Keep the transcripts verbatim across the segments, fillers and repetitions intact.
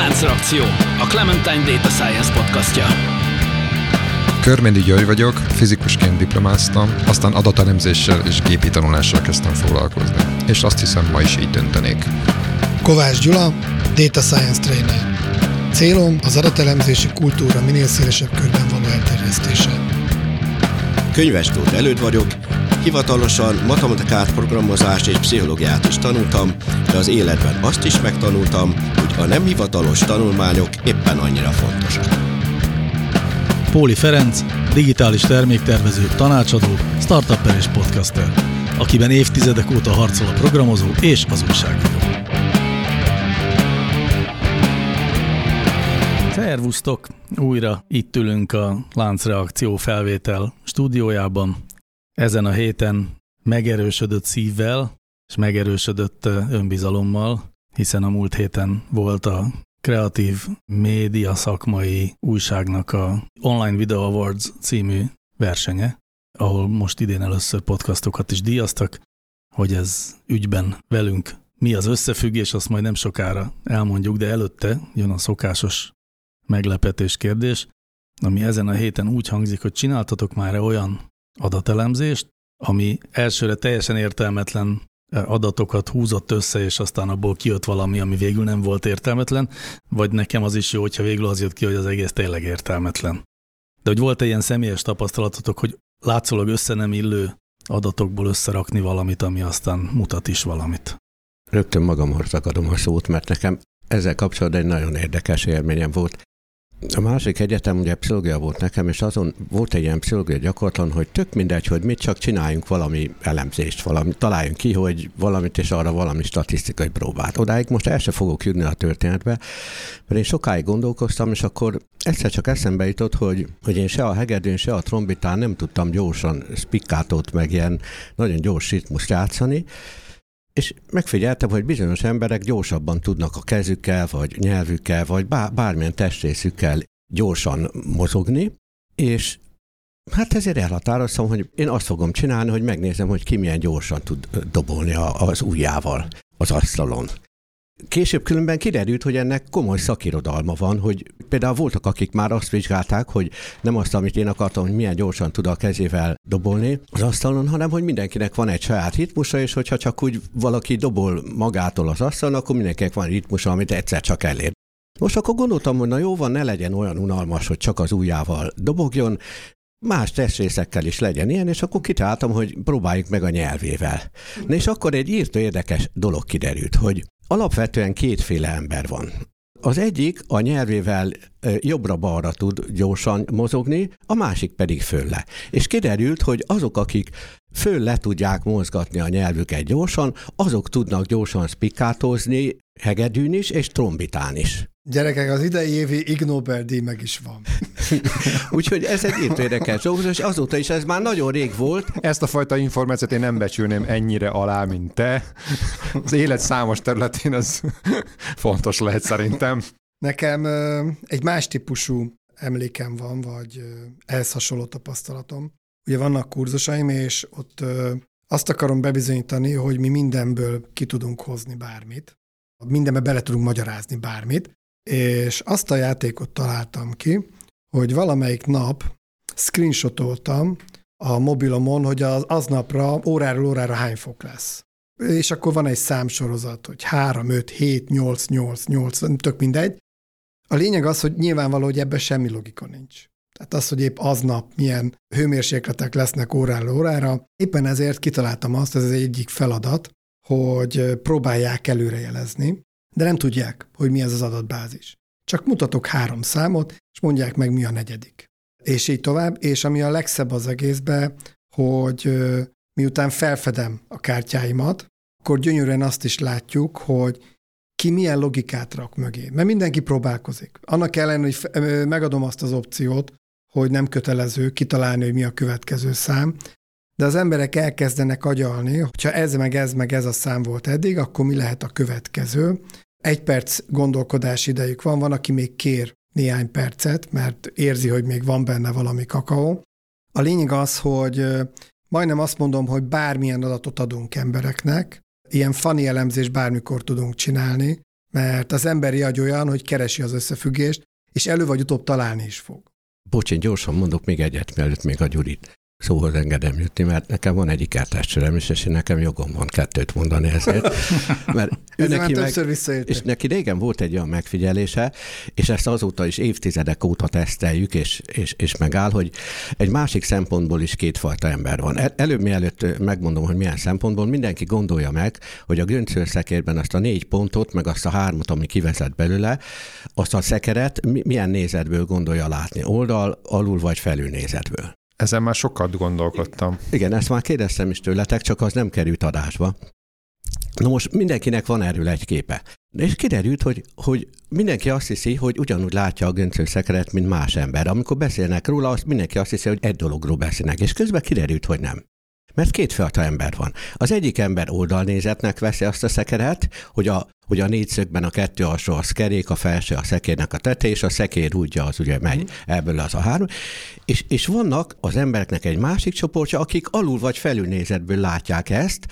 Láncreakció, a Clementine Data Science podcastja. Körméndi György vagyok, fizikusként diplomáztam, aztán adatelemzéssel és gépi tanulással kezdtem foglalkozni. És azt hiszem, ma is így döntenék. Kovács Gyula, Data Science Trainer. Célom az adatelemzési kultúra minél szélesebb körben való elterjesztése. Könyves Tóth Előd vagyok, hivatalosan matematikát, programozást és pszichológiát is tanultam, de az életben azt is megtanultam, hogy a nem hivatalos tanulmányok éppen annyira fontosak. Póli Ferenc, digitális terméktervező, tanácsadó, startupper és podcaster, akiben évtizedek óta harcol a programozó és az újságíró. Szervusztok! Újra itt ülünk a Láncreakció felvétel stúdiójában. Ezen a héten megerősödött szívvel és megerősödött önbizalommal, hiszen a múlt héten volt a Kreatív Média Szakmai Újságnak a Online Video Awards című versenye, ahol most idén először podcastokat is díjaztak, hogy ez ügyben velünk mi az összefüggés, azt majd nem sokára elmondjuk, de előtte jön a szokásos meglepetés kérdés, ami ezen a héten úgy hangzik, hogy csináltatok már olyan adatelemzést, ami elsőre teljesen értelmetlen adatokat húzott össze, és aztán abból kijött valami, ami végül nem volt értelmetlen, vagy nekem az is jó, hogyha végül az jött ki, hogy az egész tényleg értelmetlen. De hogy volt-e ilyen személyes tapasztalatotok, hogy látszólag össze nem illő adatokból összerakni valamit, ami aztán mutat is valamit? Rögtön magamhoz ragadom a szót, mert nekem ezzel kapcsolatban egy nagyon érdekes élményem volt. A másik egyetem ugye pszichológia volt nekem, és azon volt egy ilyen pszichológia gyakorlatlan, hogy tök mindegy, hogy mit, csak csináljunk valami elemzést, valami, találjunk ki, hogy valamit, és arra valami statisztikai próbát. Odáig most el sem fogok jutni a történetbe, mert én sokáig gondolkoztam, és akkor egyszer csak eszembe jutott, hogy, hogy én se a hegedűn, se a trombitán nem tudtam gyorsan spickátot, meg ilyen nagyon gyors ritmust játszani, és megfigyeltem, hogy bizonyos emberek gyorsabban tudnak a kezükkel, vagy nyelvükkel, vagy bármilyen testrészükkel gyorsan mozogni, és hát ezért elhatároztam, hogy én azt fogom csinálni, hogy megnézem, hogy ki milyen gyorsan tud dobolni az ujjával az asztalon. Később különben kiderült, hogy ennek komoly szakirodalma van, hogy például voltak, akik már azt vizsgálták, hogy nem azt, amit én akartam, hogy milyen gyorsan tud a kezével dobolni az asztalon, hanem hogy mindenkinek van egy saját ritmusa, és hogyha csak úgy valaki dobol magától az asztalon, akkor mindenkinek van ritmusa, amit egyszer csak elér. Most akkor gondoltam, hogy na jó van, ne legyen olyan unalmas, hogy csak az ujjával dobogjon, más testrészekkel is legyen ilyen, és akkor kitaláltam, hogy próbáljuk meg a nyelvével. Na és akkor egy írtó érdekes dolog kiderült, hogy alapvetően kétféle ember van. Az egyik a nyelvével jobbra-balra tud gyorsan mozogni, a másik pedig fölle. És kiderült, hogy azok, akik fölle tudják mozgatni a nyelvüket gyorsan, azok tudnak gyorsan spickátozni hegedűn is, és trombitán is. Gyerekek, az idei évi Ig Nobel-díj meg is van. Úgyhogy ez egy írtó érdekes dolog, és azóta is ez már nagyon rég volt. Ezt a fajta információt én nem becsülném ennyire alá, mint te. Az élet számos területén ez fontos lehet szerintem. Nekem egy más típusú emlékem van, vagy ehhez hasonló tapasztalatom. Ugye vannak kurzusaim, és ott azt akarom bebizonyítani, hogy mi mindenből ki tudunk hozni bármit. Mindenbe bele tudunk magyarázni bármit, és azt a játékot találtam ki, hogy valamelyik nap screenshotoltam a mobilomon, hogy az aznapra óráról órára hány fok lesz. És akkor van egy számsorozat, hogy három, öt, hét, nyolc, nyolc, nyolc, tök mindegy. A lényeg az, hogy nyilvánvaló, hogy ebben semmi logika nincs. Tehát az, hogy épp aznap milyen hőmérsékletek lesznek óráról órára, éppen ezért kitaláltam azt, ez az egyik feladat, hogy próbálják előrejelezni, de nem tudják, hogy mi ez az adatbázis. Csak mutatok három számot, és mondják meg, mi a negyedik. És így tovább, és ami a legszebb az egészben, hogy miután felfedem a kártyáimat, akkor gyönyörűen azt is látjuk, hogy ki milyen logikát rak mögé. Mert mindenki próbálkozik. Annak ellenére, hogy megadom azt az opciót, hogy nem kötelező kitalálni, hogy mi a következő szám, de az emberek elkezdenek agyalni, hogyha ez meg ez meg ez a szám volt eddig, akkor mi lehet a következő. Egy perc gondolkodás idejük van, van, aki még kér néhány percet, mert érzi, hogy még van benne valami kakaó. A lényeg az, hogy majdnem azt mondom, hogy bármilyen adatot adunk embereknek, ilyen funny elemzést bármikor tudunk csinálni, Mert az emberi agy olyan, hogy keresi az összefüggést, és elő vagy utóbb találni is fog. Bocs, én gyorsan mondok még egyet, mielőtt még a Gyurit szóhoz engedem jutni, mert nekem van egy ikertestvérem is, és nekem jogom van kettőt mondani ezért. Mert ő neki meg, és neki régen volt egy olyan megfigyelése, és ezt azóta is évtizedek óta teszteljük, és, és, és megáll, hogy egy másik szempontból is kétfajta ember van. El, előbb mielőtt megmondom, hogy milyen szempontból, mindenki gondolja meg, hogy a göncölszekérben azt a négy pontot, meg azt a hármat, ami kivezet belőle, azt a szekeret milyen nézetből gondolja látni, oldal, alul vagy felül nézetből. Ezen már sokat gondolkodtam. Igen, ezt már kérdeztem is tőletek, csak az nem került adásba. Na most mindenkinek van erről egy képe. És kiderült, hogy, hogy mindenki azt hiszi, hogy ugyanúgy látja a göncölszekeret, mint más ember. Amikor beszélnek róla, azt mindenki azt hiszi, hogy egy dologról beszélnek. És közben kiderült, hogy nem. Mert kétfajta ember van. Az egyik ember oldalnézetnek veszi azt a szekeret, hogy a, hogy a négyszögben a kettő alsó az kerék, a felső a szekérnek a teteje, és a szekér útja az ugye megy, ebből az a három. És, és vannak az embereknek egy másik csoportja, akik alul vagy felül nézetből látják ezt,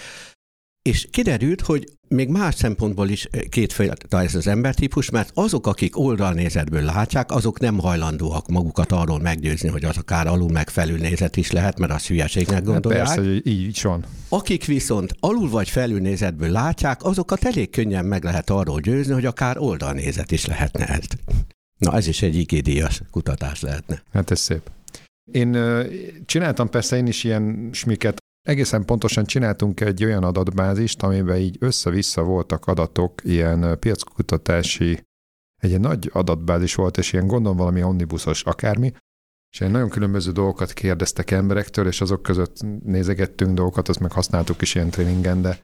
és kiderült, hogy még más szempontból is kétfajta ez az embertípus, mert azok, akik oldalnézetből látják, azok nem hajlandóak magukat arról meggyőzni, hogy az akár alul meg felül nézet is lehet, mert az hülyeségnek gondolják. Hát persze, hogy így van. Akik viszont alul vagy felül nézetből látják, azokat elég könnyen meg lehet arról győzni, hogy akár oldalnézet is lehetne ez. Na, ez is egy i gé díjas kutatás lehetne. Hát ez szép. Én csináltam persze én is ilyen smiket. Egészen pontosan csináltunk egy olyan adatbázist, amiben így össze-vissza voltak adatok, ilyen piackutatási, egy ilyen nagy adatbázis volt, és ilyen gondolom valami omnibuszos akármi, és ilyen nagyon különböző dolgokat kérdeztek emberektől, és azok között nézegettünk dolgokat, azt meg használtuk is ilyen tréningen, de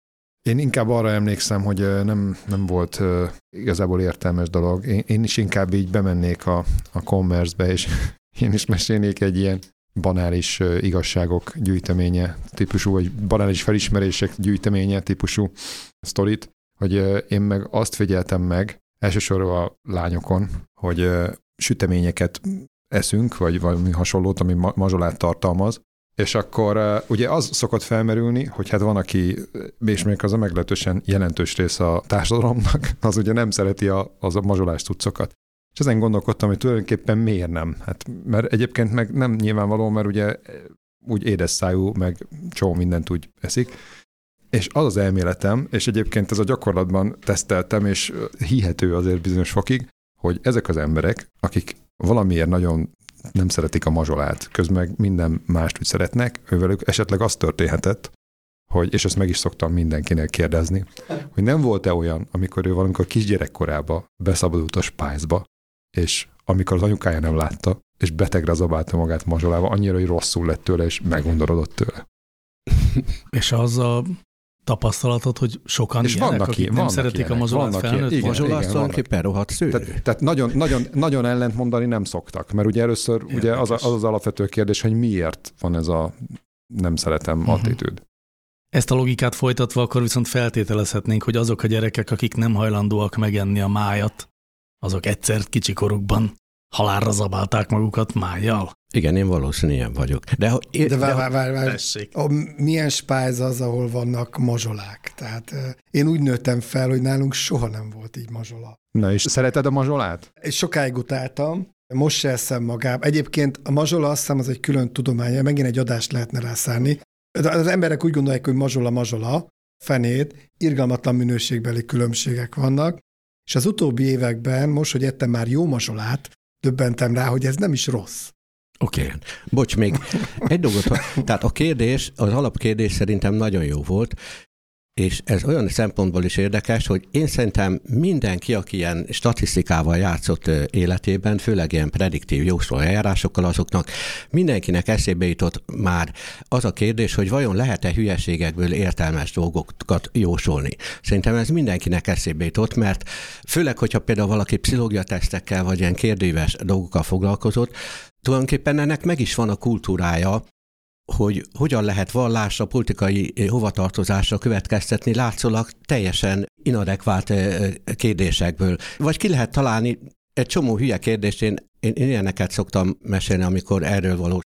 én inkább arra emlékszem, hogy nem, nem volt igazából értelmes dolog. Én, én is inkább így bemennék a, a commerce-be, és én is mesélnék egy ilyen banális igazságok gyűjteménye típusú, vagy banális felismerések gyűjteménye típusú sztorit, hogy én meg azt figyeltem meg, elsősorban a lányokon, hogy süteményeket eszünk, vagy valami hasonlót, ami mazsolát tartalmaz, és akkor ugye az szokott felmerülni, hogy hát van, aki, és még az a meglehetősen jelentős része a társadalomnak, az ugye nem szereti a, az a mazsolás cuccokat. És ezen gondolkodtam, hogy tulajdonképpen miért nem. Hát, mert egyébként meg nem nyilvánvaló, mert ugye úgy édes szájú, meg csomó mindent úgy eszik. És az az elméletem, és egyébként ez a gyakorlatban teszteltem, és hihető azért bizonyos fokig, hogy ezek az emberek, akik valamiért nagyon nem szeretik a mazsolát, közben minden mást úgy szeretnek, ővelük esetleg az történhetett, hogy, és ezt meg is szoktam mindenkinek kérdezni, hogy nem volt-e olyan, amikor ő valamikor kisgyerekkorában beszabadult a Spice-ba, és amikor az anyukája nem látta, és betegre zabálta magát mazsolába, annyira, hogy rosszul lett tőle, és meggondorodott tőle. És az a tapasztalatod, hogy sokan és ilyenek, vannak akik ilyenek, nem vannak szeretik ilyenek, a mazsolát felnőtt? Mazsolát tulajdonképpen rohadt szőrű. Tehát, tehát nagyon, nagyon, nagyon ellent mondani nem szoktak, mert ugye először Érdekes. ugye az, az az alapvető kérdés, hogy miért van ez a nem szeretem uh-huh. attitűd. Ezt a logikát folytatva akkor viszont feltételezhetnénk, hogy azok a gyerekek, akik nem hajlandóak megenni a májat, azok egyszer kicsikorukban halálra zabálták magukat májjal. Igen, én valószínűleg ilyen vagyok. De, de, de várj, várj, várj. A, milyen Spice az, ahol vannak mazsolák? Tehát én úgy nőttem fel, hogy nálunk soha nem volt így mazsola. Na és szereted a mazsolát? És sokáig utáltam, most se eszem magában. Egyébként a mazsola azt hiszem az egy külön tudománya, megint egy adást lehetne rászánni. Az emberek úgy gondolják, hogy mazsola, mazsola, fenét, irgalmatlan minőségbeli különbségek vannak, és az utóbbi években, most, hogy ettem már jó mazsolát, döbbentem rá, hogy ez nem is rossz. Oké. Okay. Bocs, még egy dolgot. Tehát a kérdés, az alapkérdés szerintem nagyon jó volt, és ez olyan szempontból is érdekes, hogy én szerintem mindenki, aki ilyen statisztikával játszott életében, főleg ilyen prediktív jósló eljárásokkal, azoknak mindenkinek eszébe jutott már az a kérdés, hogy vajon lehet-e hülyeségekből értelmes dolgokat jósolni. Szerintem ez mindenkinek eszébe jutott, mert főleg, hogyha például valaki pszichológia tesztekkel vagy ilyen kérdőíves dolgokkal foglalkozott, tulajdonképpen ennek meg is van a kultúrája, hogy hogyan lehet vallásra, politikai hovatartozásra következtetni látszólag teljesen inadekvát kérdésekből. Vagy ki lehet találni egy csomó hülye kérdést, én, én ilyeneket szoktam mesélni, amikor erről való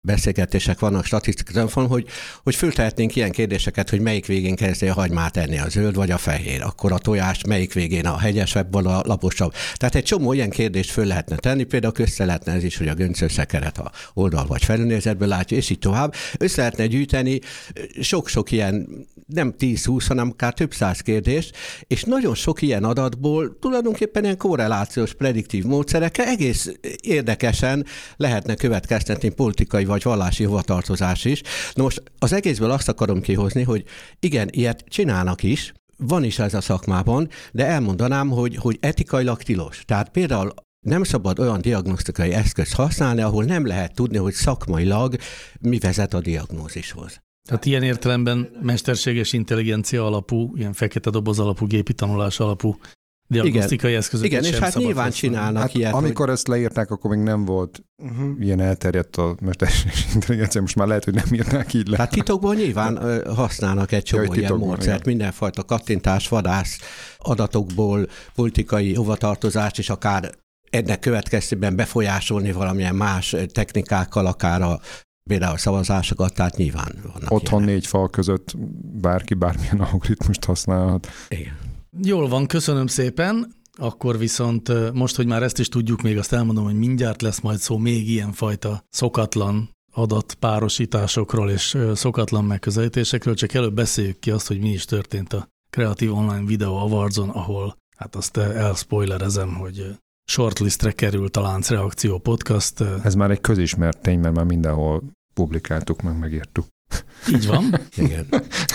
beszélgetések vannak, statisztikák van, hogy, hogy föltehetnénk ilyen kérdéseket, hogy melyik végén kezdje a hagymát enni, a zöld vagy a fehér, akkor a tojás melyik végén a hegyesebb vagy a laposabb. Tehát egy csomó ilyen kérdést föl lehetne tenni, például össze lehetne ez is, hogy a göncösszekeret a oldal vagy felülnézetből látja, és így tovább. Össze lehetne gyűjteni sok-sok ilyen, nem tíz-húsz, hanem akár több száz kérdést, és nagyon sok ilyen adatból tulajdonképpen ilyen korrelációs, prediktív módszerekkel egész érdekesen lehetne következtetni politikai vagy vallási hovatartozás is. Na most az egészből azt akarom kihozni, hogy igen, ilyet csinálnak is, van is ez a szakmában, de elmondanám, hogy, hogy etikailag tilos. Tehát például nem szabad olyan diagnosztikai eszközt használni, ahol nem lehet tudni, hogy szakmailag mi vezet a diagnózishoz. Tehát ilyen értelemben mesterséges intelligencia alapú, ilyen fekete doboz alapú, gépi tanulás alapú diagnosztikai eszközöket igen, sem és hát szabad nyilván használni. csinálnak Hát ilyet. amikor hogy... ezt leírták, akkor még nem volt Uh-huh. ilyen elterjedt a mesterséges intelligencia, most már lehet, hogy nem írnák így le. Hát titokban nyilván ö, használnak egy csomó Jaj, ilyen titokban, módszert, igen. mindenfajta kattintás, vadász adatokból, politikai hovatartozást, és akár ennek következtében befolyásolni valamilyen más technikákkal, akár a például szavazásokat, tehát nyilván vannak Otthon ilyenek. négy fal között bárki bármilyen algoritmust használhat. Igen. Jól van, köszönöm szépen. Akkor viszont most, hogy már ezt is tudjuk, még azt elmondom, hogy mindjárt lesz majd szó még ilyenfajta szokatlan adatpárosításokról és szokatlan megközelítésekről, csak előbb beszéljük ki azt, hogy mi is történt a Creative Online Video Awardson, ahol, hát azt elspoilerezem, hogy shortlistre került a Láncreakció podcast. Ez már egy közismert tény, mert már mindenhol publikáltuk, meg megírtuk. Így van. Igen.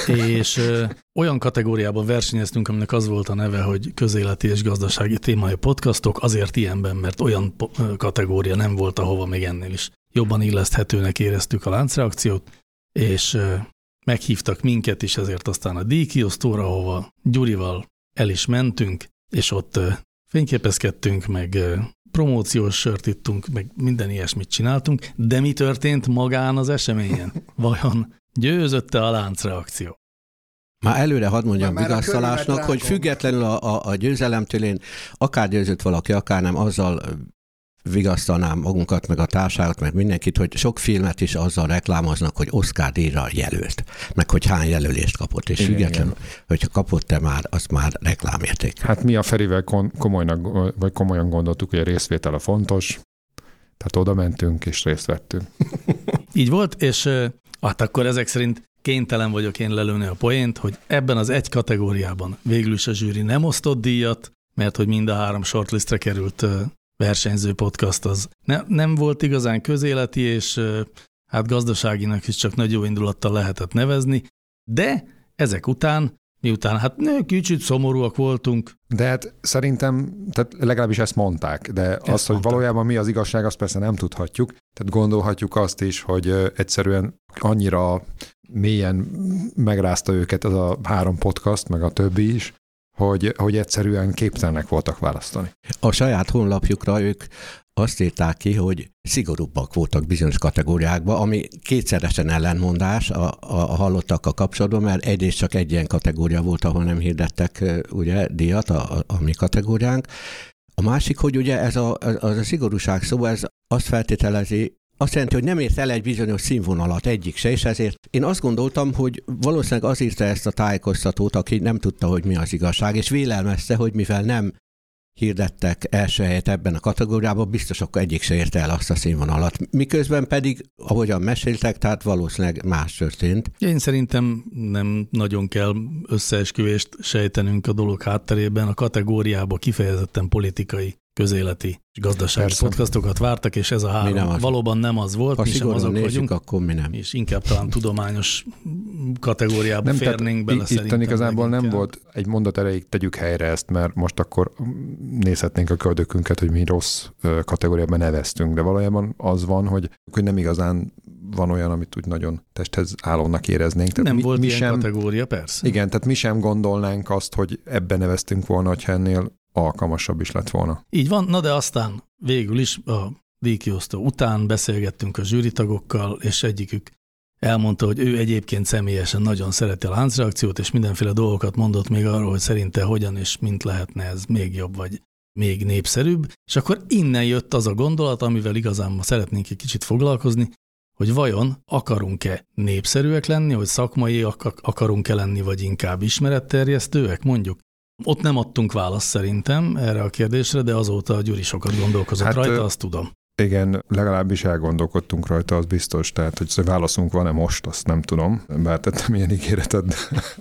És ö, olyan kategóriában versenyeztünk, aminek az volt a neve, hogy közéleti és gazdasági témájú podcastok, azért ilyenben, mert olyan po- kategória nem volt, ahova még ennél is jobban illeszthetőnek éreztük a Láncreakciót, és ö, meghívtak minket is, ezért aztán a díjkiosztóra, ahova Gyurival el is mentünk, és ott ö, fényképezkedtünk, meg ö, promóciós sört ittunk, meg minden ilyesmit csináltunk, de mi történt magán az eseményen? Vajon győzötte a Láncreakció? Már előre hadd mondjam Már- már a vigasztalásnak, körülmet hogy rágom. függetlenül a, a, a győzelemtől én akár győzött valaki, akár nem, azzal vigasztalnám magunkat, meg a társágot, meg mindenkit, hogy sok filmet is azzal reklámoznak, hogy Oscar-díjra jelölt, meg hogy hány jelölést kapott, és Igen, függetlenül, igen. hogy kapott-e már, az már reklámérték. Hát mi a Ferivel kon- komolynak, vagy komolyan gondoltuk, hogy a részvétel a fontos, tehát oda mentünk és részt vettünk. Így volt, és ö, hát akkor ezek szerint kénytelen vagyok én lelőni a poént, hogy ebben az egy kategóriában végül is a zsűri nem osztott díjat, mert hogy mind a három shortlistre került ö, versenyző podcast az ne, nem volt igazán közéleti, és ö, hát gazdaságinak is csak nagy jó indulattal lehetett nevezni, de ezek után, miután hát nő, kicsit szomorúak voltunk. De hát szerintem, tehát legalábbis ezt mondták, de ezt azt, hogy mondták. valójában mi az igazság, azt persze nem tudhatjuk. Tehát gondolhatjuk azt is, hogy ö, egyszerűen annyira mélyen megrázta őket az a három podcast, meg a többi is, hogy, hogy egyszerűen képtelenek voltak választani. A saját honlapjukra ők azt írták ki, hogy szigorúbbak voltak bizonyos kategóriákban, ami kétszeresen ellentmondás a, a, a hallottakkal kapcsolatban, mert egyrészt csak egy ilyen kategória volt, ahol nem hirdettek ugye díjat, a, a, a mi kategóriánk. A másik, hogy ugye ez a, az a szigorúság szó, ez azt feltételezi, azt jelenti, hogy nem ért el egy bizonyos színvonalat egyik se, és ezért én azt gondoltam, hogy valószínűleg az írta ezt a tájékoztatót, aki nem tudta, hogy mi az igazság, és vélelmezte, hogy mivel nem hirdettek első helyet ebben a kategóriában, biztos akkor egyik se érte el azt a színvonalat. Miközben pedig, ahogyan meséltek, tehát valószínűleg más történt. Én szerintem nem nagyon kell összeesküvést sejtenünk a dolog hátterében. A kategóriába kifejezetten politikai, közéleti és gazdasági Persze. podcastokat vártak, és ez a Mi nem három az. valóban nem az volt, Ha mi sem szigorúan azok nézzük, vagyunk, akkor mi nem. és inkább talán tudományos kategóriába Nem, tehát férnénk bele itt szerintem. igazából nem leginkább. volt egy mondat erejéig tegyük helyre ezt, mert most akkor nézhetnénk a köldökünket, hogy mi rossz ö, kategóriában neveztünk, de valójában az van, hogy, hogy nem igazán van olyan, amit úgy nagyon testhez állónak éreznénk. Tehát Nem mi, volt mi ilyen sem, kategória, persze. Igen, tehát mi sem gondolnánk azt, hogy ebben neveztünk volna, hogyha ennél alkalmasabb is lett volna. Így van, na de aztán végül is a díjkiosztó után beszélgettünk a zsűritagokkal, és egyikük elmondta, hogy ő egyébként személyesen nagyon szereti a Láncreakciót, és mindenféle dolgokat mondott még arról, hogy szerinte hogyan és mint lehetne ez még jobb, vagy még népszerűbb. És akkor innen jött az a gondolat, amivel igazán ma szeretnénk egy kicsit foglalkozni, hogy vajon akarunk-e népszerűek lenni, hogy szakmaiak akarunk-e lenni, vagy inkább ismeretterjesztőek, mondjuk. Ott nem adtunk választ szerintem erre a kérdésre, de azóta a Gyuri sokat gondolkozott hát, rajta, azt tudom. Igen, legalábbis elgondolkodtunk rajta, az biztos. Tehát, hogy válaszunk van-e most, azt nem tudom. Bár tettem ilyen ígéretet, de,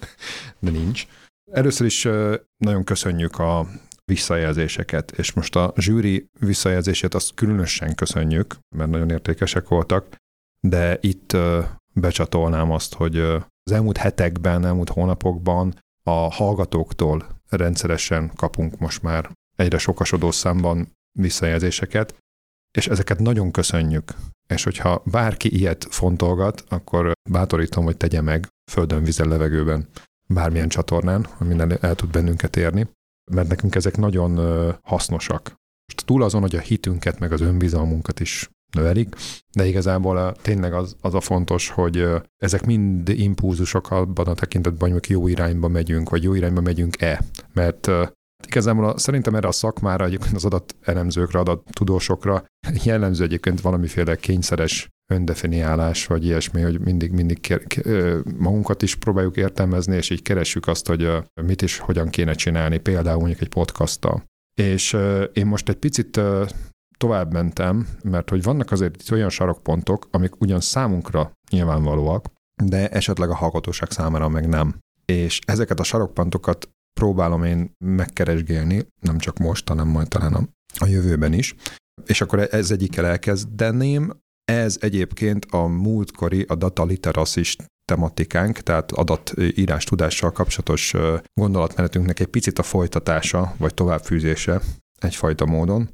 de nincs. Először is nagyon köszönjük a visszajelzéseket, és most a zsűri visszajelzését azt különösen köszönjük, mert nagyon értékesek voltak, de itt becsatolnám azt, hogy az elmúlt hetekben, elmúlt hónapokban a hallgatóktól rendszeresen kapunk most már egyre sokasodó számban visszajelzéseket, és ezeket nagyon köszönjük. És hogyha bárki ilyet fontolgat, akkor bátorítom, hogy tegye meg földön, vízen, levegőben, bármilyen csatornán, amin el tud bennünket érni, mert nekünk ezek nagyon hasznosak. Most túl azon, hogy a hitünket, meg az önbizalmunkat is növelik, de igazából a, tényleg az, az a fontos, hogy ezek mind impulzusok abban a tekintetben, hogy jó irányba megyünk, vagy jó irányba megyünk-e. Mert igazából a, szerintem erre a szakmára, egyébként az adatelemzőkre, adattudósokra jellemző egyébként valamiféle kényszeres öndefiniálás, vagy ilyesmi, hogy mindig, mindig kér, kér, magunkat is próbáljuk értelmezni, és így keressük azt, hogy mit is, hogyan kéne csinálni, például mondjuk egy podcasttal. És én most egy picit tovább mentem, mert hogy vannak azért olyan sarokpontok, amik ugyan számunkra nyilvánvalóak, de esetleg a hallgatóság számára meg nem. És ezeket a sarokpontokat próbálom én megkeresgélni, nem csak most, hanem majd talán a, a jövőben is. És akkor ez egyikkel elkezdeném. Ez egyébként a múltkori, a data literacy tematikánk, tehát adatírás tudással kapcsolatos gondolatmenetünknek egy picit a folytatása, vagy továbbfűzése egyfajta módon.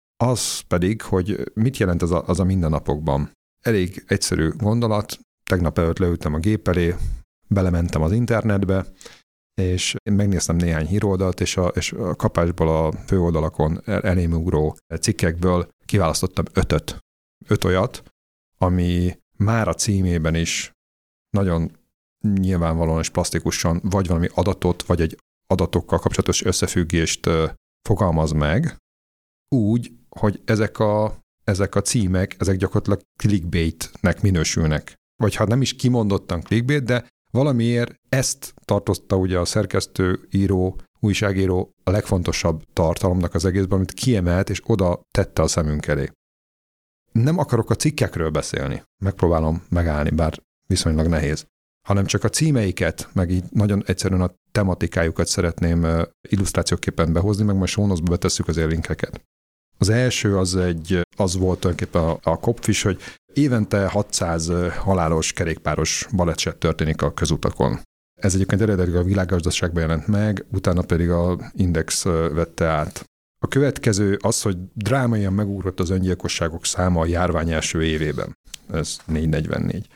Az pedig, hogy mit jelent az a, az a mindennapokban. Elég egyszerű gondolat, tegnap előtt leültem a gép elé, belementem az internetbe, és én megnéztem néhány híroldalt, és a, és a kapásból a főoldalakon elém ugró cikkekből kiválasztottam ötöt. Öt olyat, ami már a címében is nagyon nyilvánvalóan és plastikusan vagy valami adatot, vagy egy adatokkal kapcsolatos összefüggést fogalmaz meg, úgy, hogy ezek a, ezek a címek, ezek gyakorlatilag clickbaitnek minősülnek. Vagy ha nem is kimondottan clickbait, de valamiért ezt tartotta ugye a szerkesztő, író, újságíró a legfontosabb tartalomnak az egészben, amit kiemelt, és oda tette a szemünk elé. Nem akarok a cikkekről beszélni, megpróbálom megállni, bár viszonylag nehéz, hanem csak a címeiket, meg így nagyon egyszerűen a tematikájukat szeretném illusztrációképpen behozni, meg majd show notes-ba betesszük az linkeket. Az első az egy, az volt tulajdonképpen a, a kopfis, hogy évente hatszáz halálos kerékpáros baleset történik a közutakon. Ez egyébként eredetileg a Világgazdaságban jelent meg, utána pedig a Index vette át. A következő az, hogy drámaian megugrott az öngyilkosságok száma a járvány első évében. Ez négyszáznegyvennégy.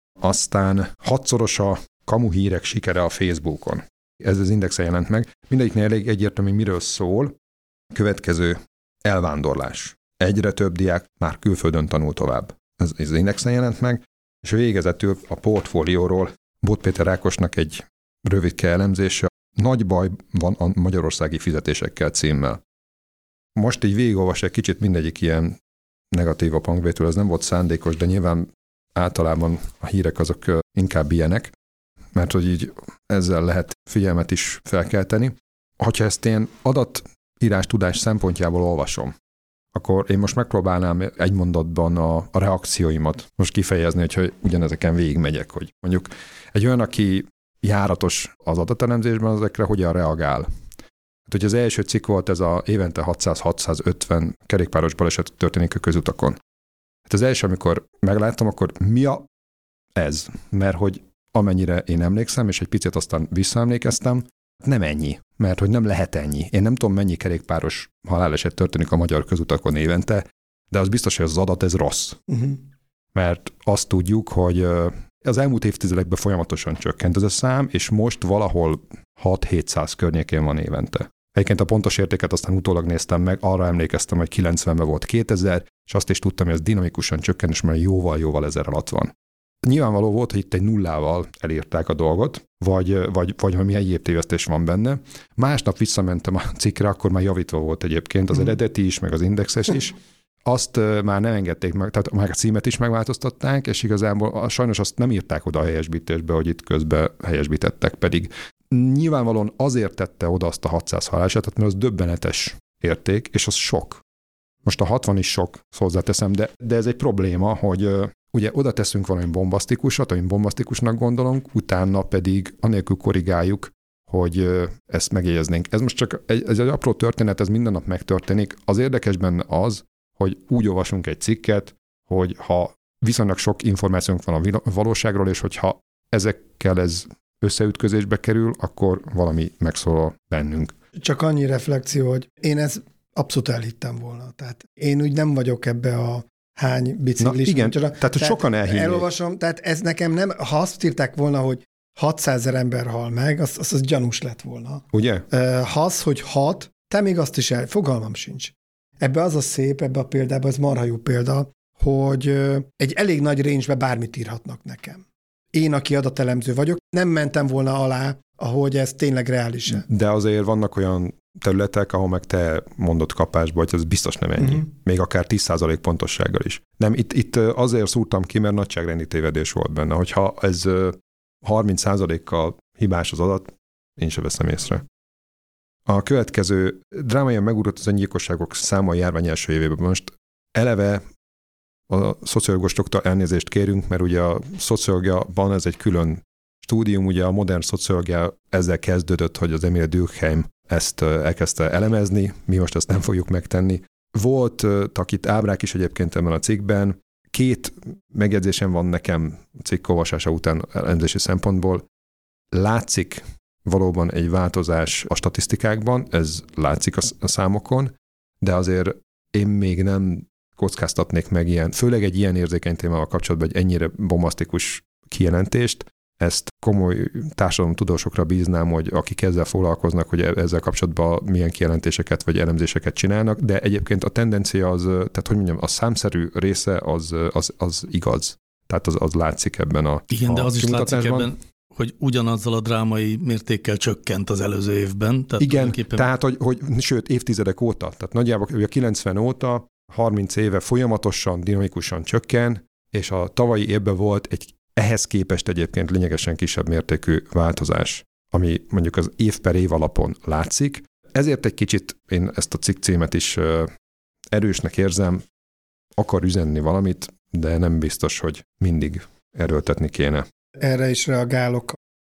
Aztán hatszoros a kamu hírek sikere a Facebookon. Ez az Indexen jelent meg. Mindegyiknél elég egyértelmű, miről szól. Következő elvándorlás. Egyre több diák már külföldön tanul tovább. Ez, ez az Indexen jelent meg. És végezetül a portfólióról Bót Péter Ákosnak egy rövidke elemzése. Nagy baj van a magyarországi fizetésekkel címmel. Most így végigolvas egy kicsit mindegyik ilyen negatívabb hangvétől, ez nem volt szándékos, de nyilván általában a hírek azok inkább ilyenek, mert hogy így ezzel lehet figyelmet is felkelteni. Ha ezt én adatírás tudás szempontjából olvasom, akkor én most megpróbálnám egy mondatban a, a reakcióimat most kifejezni, hogyha ugyanezeken végigmegyek, hogy mondjuk egy olyan, aki járatos az adatelemzésben, ezekre hogyan reagál. Hát, hogy az első cikk volt ez a évente hatszáz-hatszázötven kerékpáros baleset történik a közutakon. Hát az első, amikor megláttam, akkor mi a ez? Mert hogy amennyire én emlékszem, és egy picit aztán visszaemlékeztem, nem ennyi, mert hogy nem lehet ennyi. Én nem tudom, mennyi kerékpáros haláleset történik a magyar közutakon évente, de az biztos, hogy az adat ez rossz. Uh-huh. Mert azt tudjuk, hogy az elmúlt évtizedekben folyamatosan csökkent ez a szám, és most valahol hat-hétszáz környékén van évente. Egyébként a pontos értéket aztán utólag néztem meg, arra emlékeztem, hogy kilencvenben volt kétezer, és azt is tudtam, hogy ez dinamikusan csökken, és már jóval-jóval ezer alatt van. Nyilvánvaló volt, hogy itt egy nullával elírták a dolgot, vagy, vagy, vagy valami egyéb tévesztés van benne. Másnap visszamentem a cikkre, akkor már javítva volt egyébként az eredeti is, meg az indexes is. azt már nem engedték meg, tehát már a címet is megváltoztatták, és igazából sajnos azt nem írták oda a helyesbítésbe, hogy itt közben helyesbítettek, pedig nyilvánvalóan azért tette oda azt a hatszáz halálesetet, mert az döbbenetes érték, és az sok. Most a hatvan is sok, hozzáteszem, de, de ez egy probléma, hogy uh, ugye oda teszünk valami bombasztikusat, amit bombasztikusnak gondolunk, utána pedig anélkül korrigáljuk, hogy uh, ezt megjegyeznénk. Ez most csak egy, ez egy apró történet, ez minden nap megtörténik. Az érdekes benne az, hogy úgy olvasunk egy cikket, hogy ha viszonylag sok információnk van a valóságról, és hogyha ezekkel ez összeütközésbe kerül, akkor valami megszólal bennünk. Csak annyi reflexió, hogy én ezt abszolút elhittem volna. Tehát én úgy nem vagyok ebbe a hány biciklis. Igen, tehát, tehát sokan elhinnék. Elolvasom, tehát ez nekem nem, ha azt írták volna, hogy hatszázezer ember hal meg, az, az, az gyanús lett volna. Ugye? Ha az, hogy hat, te még azt is el, fogalmam sincs. Ebbe az a szép, ebbe a példában, ez marha jó példa, hogy egy elég nagy range-be bármit írhatnak nekem. Én, aki adatelemző vagyok, nem mentem volna alá, ahogy ez tényleg reális. De azért vannak olyan területek, ahol meg te mondott kapásba, hogy ez biztos nem ennyi. Uh-huh. Még akár tíz százalék pontossággal is. Nem, itt, itt azért szúrtam ki, mert nagyságrendi tévedés volt benne. Hogyha ez harminc százalékkal hibás az adat, én sem veszem észre. A következő drámaian megugrott az öngyilkosságok száma a járvány első évében. Most eleve a szociológusoktól elnézést kérünk, mert ugye a szociológiában ez egy külön stúdium, ugye a modern szociológia ezzel kezdődött, hogy az Emil Durkheim ezt elkezdte elemezni, mi most ezt nem fogjuk megtenni. Voltak itt ábrák is egyébként ebben a cikkben. Két megjegyzésem van nekem cikk olvasása után elemzési szempontból. Látszik valóban egy változás a statisztikákban, ez látszik a számokon, de azért én még nem kockáztatnék meg ilyen, főleg egy ilyen érzékeny témával kapcsolatban egy ennyire bombasztikus kijelentést. Ezt komoly társadalomtudósokra bíznám, hogy akik ezzel foglalkoznak, hogy ezzel kapcsolatban milyen kijelentéseket vagy elemzéseket csinálnak, de egyébként a tendencia az, tehát hogy mondjam, a számszerű része az, az, az igaz. Tehát az, az látszik ebben a Igen, a de az is látszik ebben, hogy ugyanazzal a drámai mértékkel csökkent az előző évben. Tehát igen, tehát hogy, hogy sőt, évtizedek óta, tehát nagyjából ugye kilencven óta, harminc éve folyamatosan, dinamikusan csökken, és a tavalyi évben volt egy ehhez képest egyébként lényegesen kisebb mértékű változás, ami mondjuk az év per év alapon látszik. Ezért egy kicsit én ezt a cikk címet is erősnek érzem, akar üzenni valamit, de nem biztos, hogy mindig erőltetni kéne. Erre is reagálok.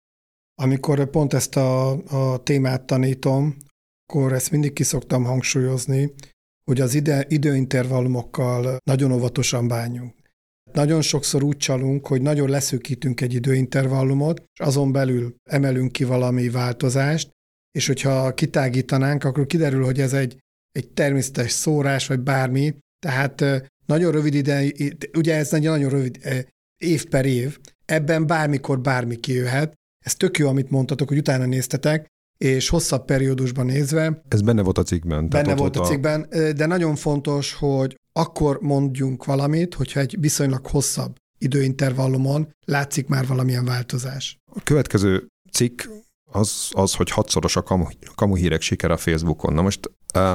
Amikor pont ezt a, a témát tanítom, akkor ezt mindig ki szoktam hangsúlyozni, hogy az ide, időintervallumokkal nagyon óvatosan bánjunk. Nagyon sokszor úgy csalunk, hogy nagyon leszűkítünk egy időintervallumot, és azon belül emelünk ki valami változást, és hogyha kitágítanánk, akkor kiderül, hogy ez egy, egy természetes szórás, vagy bármi, tehát nagyon rövid ide, ugye ez egy nagyon rövid év per év, ebben bármikor bármi kijöhet. Ez tök jó, amit mondtatok, hogy utána néztetek, és hosszabb periódusban nézve. Ez benne volt a cikkben. Benne volt a cikkben, de nagyon fontos, hogy akkor mondjunk valamit, hogyha egy viszonylag hosszabb időintervallumon látszik már valamilyen változás. A következő cikk az, az hogy hatszoros a kamu, kamuhírek sikere a Facebookon. Na most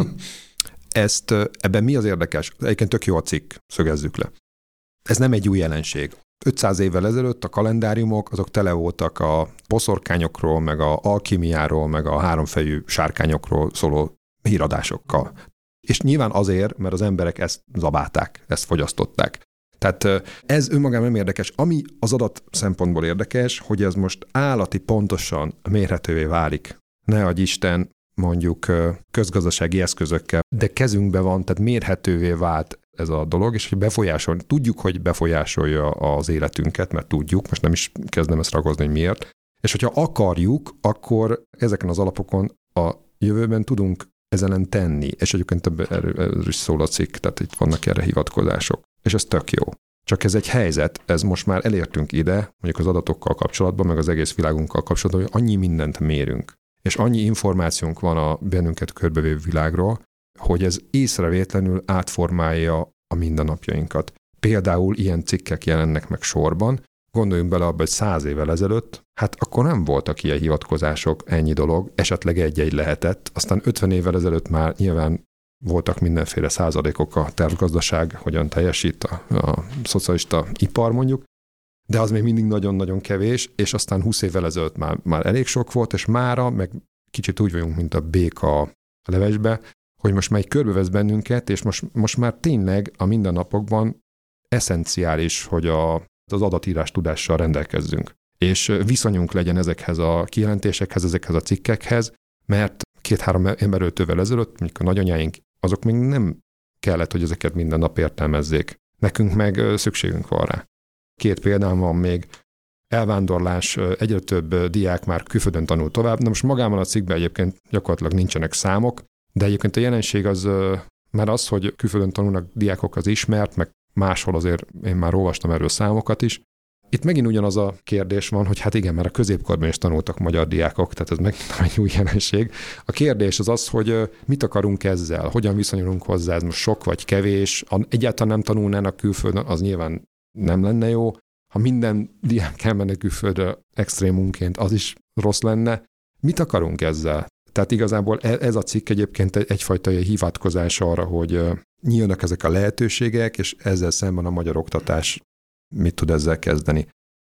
ezt, ebben mi az érdekes? Egyébként tök jó a cikk, szögezzük le. Ez nem egy új jelenség. ötszáz évvel ezelőtt a kalendáriumok azok tele voltak a boszorkányokról, meg a alkimiáról, meg a háromfejű sárkányokról szóló híradásokkal. És nyilván azért, mert az emberek ezt zabálták, ezt fogyasztották. Tehát ez önmagában nem érdekes. Ami az adat szempontból érdekes, hogy ez most állati pontosan mérhetővé válik. Ne adj Isten, mondjuk közgazdasági eszközökkel, de kezünkben van, tehát mérhetővé vált ez a dolog, és hogy befolyásol, tudjuk, hogy befolyásolja az életünket, mert tudjuk, most nem is kezdem ezt ragozni, hogy miért. És hogyha akarjuk, akkor ezeken az alapokon a jövőben tudunk ezen tenni, és egyébként erről is szól a cikk, tehát itt vannak erre hivatkozások. És ez tök jó. Csak ez egy helyzet, ez most már elértünk ide, mondjuk az adatokkal kapcsolatban, meg az egész világunkkal kapcsolatban, hogy annyi mindent mérünk, és annyi információnk van a bennünket körbevévő világról, hogy ez észrevétlenül átformálja a mindennapjainkat. Például ilyen cikkek jelennek meg sorban, gondoljunk bele abba, hogy száz évvel ezelőtt, hát akkor nem voltak ilyen hivatkozások, ennyi dolog, esetleg egy-egy lehetett, aztán ötven évvel ezelőtt már nyilván voltak mindenféle százalékok, a tervgazdaság hogyan teljesít, a, a szocialista ipar mondjuk, de az még mindig nagyon-nagyon kevés, és aztán húsz évvel ezelőtt már, már elég sok volt, és mára meg kicsit úgy vagyunk, mint a béka a levesbe, hogy most már egy körbevesz bennünket, és most, most már tényleg a mindennapokban eszenciális, hogy a, az adatírás tudással rendelkezzünk. És viszonyunk legyen ezekhez a kijelentésekhez, ezekhez a cikkekhez, mert két-három emberöltővel ezelőtt, mondjuk a nagyanyáink, azok még nem kellett, hogy ezeket minden nap értelmezzék. Nekünk meg szükségünk van rá. Két példám van még. Elvándorlás, egyre több diák már külföldön tanul tovább. Na most magában a cikkben egyébként gyakorlatilag nincsenek számok, de egyébként a jelenség az már az, hogy külföldön tanulnak diákok, az ismert, meg máshol azért én már olvastam erről számokat is. Itt megint ugyanaz a kérdés van, hogy hát igen, már a középkorban is tanultak magyar diákok, tehát ez megint nem egy új jelenség. A kérdés az az, hogy mit akarunk ezzel, hogyan viszonyulunk hozzá, ez most sok vagy kevés, egyáltalán nem tanulnának külföldön, az nyilván nem lenne jó. Ha minden diák elmenne külföldre extrémunként, az is rossz lenne. Mit akarunk ezzel? Tehát igazából ez a cikk egyébként egyfajta hivatkozás arra, hogy nyílnak ezek a lehetőségek, és ezzel szemben a magyar oktatás mit tud ezzel kezdeni.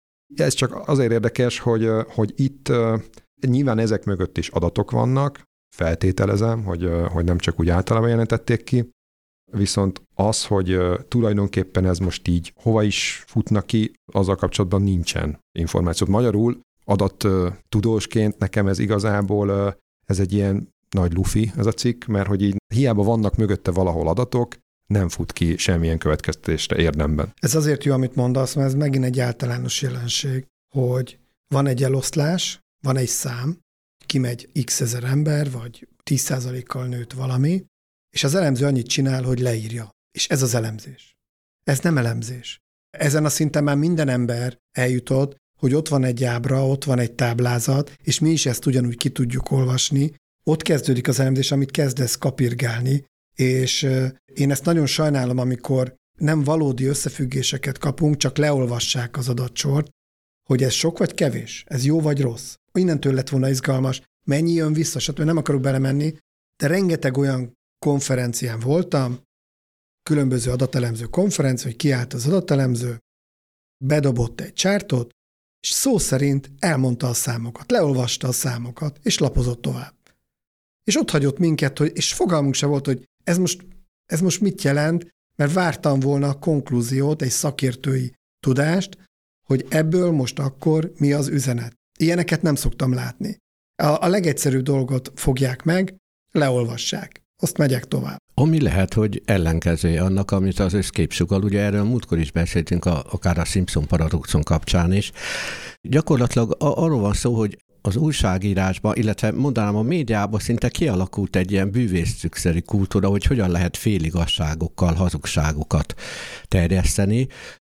Ez csak azért érdekes, hogy, hogy itt nyilván ezek mögött is adatok vannak, feltételezem, hogy, hogy nem csak úgy általában jelentették ki, viszont az, hogy tulajdonképpen ez most így hova is futnak ki, azzal kapcsolatban nincsen információ. Magyarul adattudósként nekem ez igazából ez egy ilyen nagy lufi, ez a cikk, mert hogy így hiába vannak mögötte valahol adatok, nem fut ki semmilyen következtetésre érdemben. Ez azért jó, amit mondasz, mert ez megint egy általános jelenség, hogy van egy eloszlás, van egy szám, kimegy x ezer ember, vagy tíz százalékkal nőtt valami, és az elemző annyit csinál, hogy leírja. És ez az elemzés. Ez nem elemzés. Ezen a szinten már minden ember eljutott, hogy ott van egy ábra, ott van egy táblázat, és mi is ezt ugyanúgy ki tudjuk olvasni. Ott kezdődik az elemzés, amit kezdesz kapirgálni, és én ezt nagyon sajnálom, amikor nem valódi összefüggéseket kapunk, csak leolvassák az adatsort, hogy ez sok vagy kevés, ez jó vagy rossz. Innentől lett volna izgalmas, mennyi jön vissza, stb. Nem akarok belemenni, de rengeteg olyan konferencián voltam, különböző adatelemző konferencia, hogy kiállt az adatelemző, bedobott egy csártot, és szó szerint elmondta a számokat, leolvasta a számokat, és lapozott tovább. És ott hagyott minket, hogy, és fogalmunk se volt, hogy ez most, ez most mit jelent, mert vártam volna a konklúziót, egy szakértői tudást, hogy ebből most akkor mi az üzenet. Ilyeneket nem szoktam látni. A, a legegyszerűbb dolgot fogják meg, leolvassák. Azt megyek tovább. Ami lehet, hogy ellenkezője annak, amit az összkép sugall, ugye erről múltkor is beszéltünk, a, akár a Simpson paradoxon kapcsán is. Gyakorlatilag arról van szó, hogy az újságírásban, illetve mondanám a médiában szinte kialakult egy ilyen bűvészszükszerű kultúra, hogy hogyan lehet féligasságokkal, hazugságokat terjeszteni,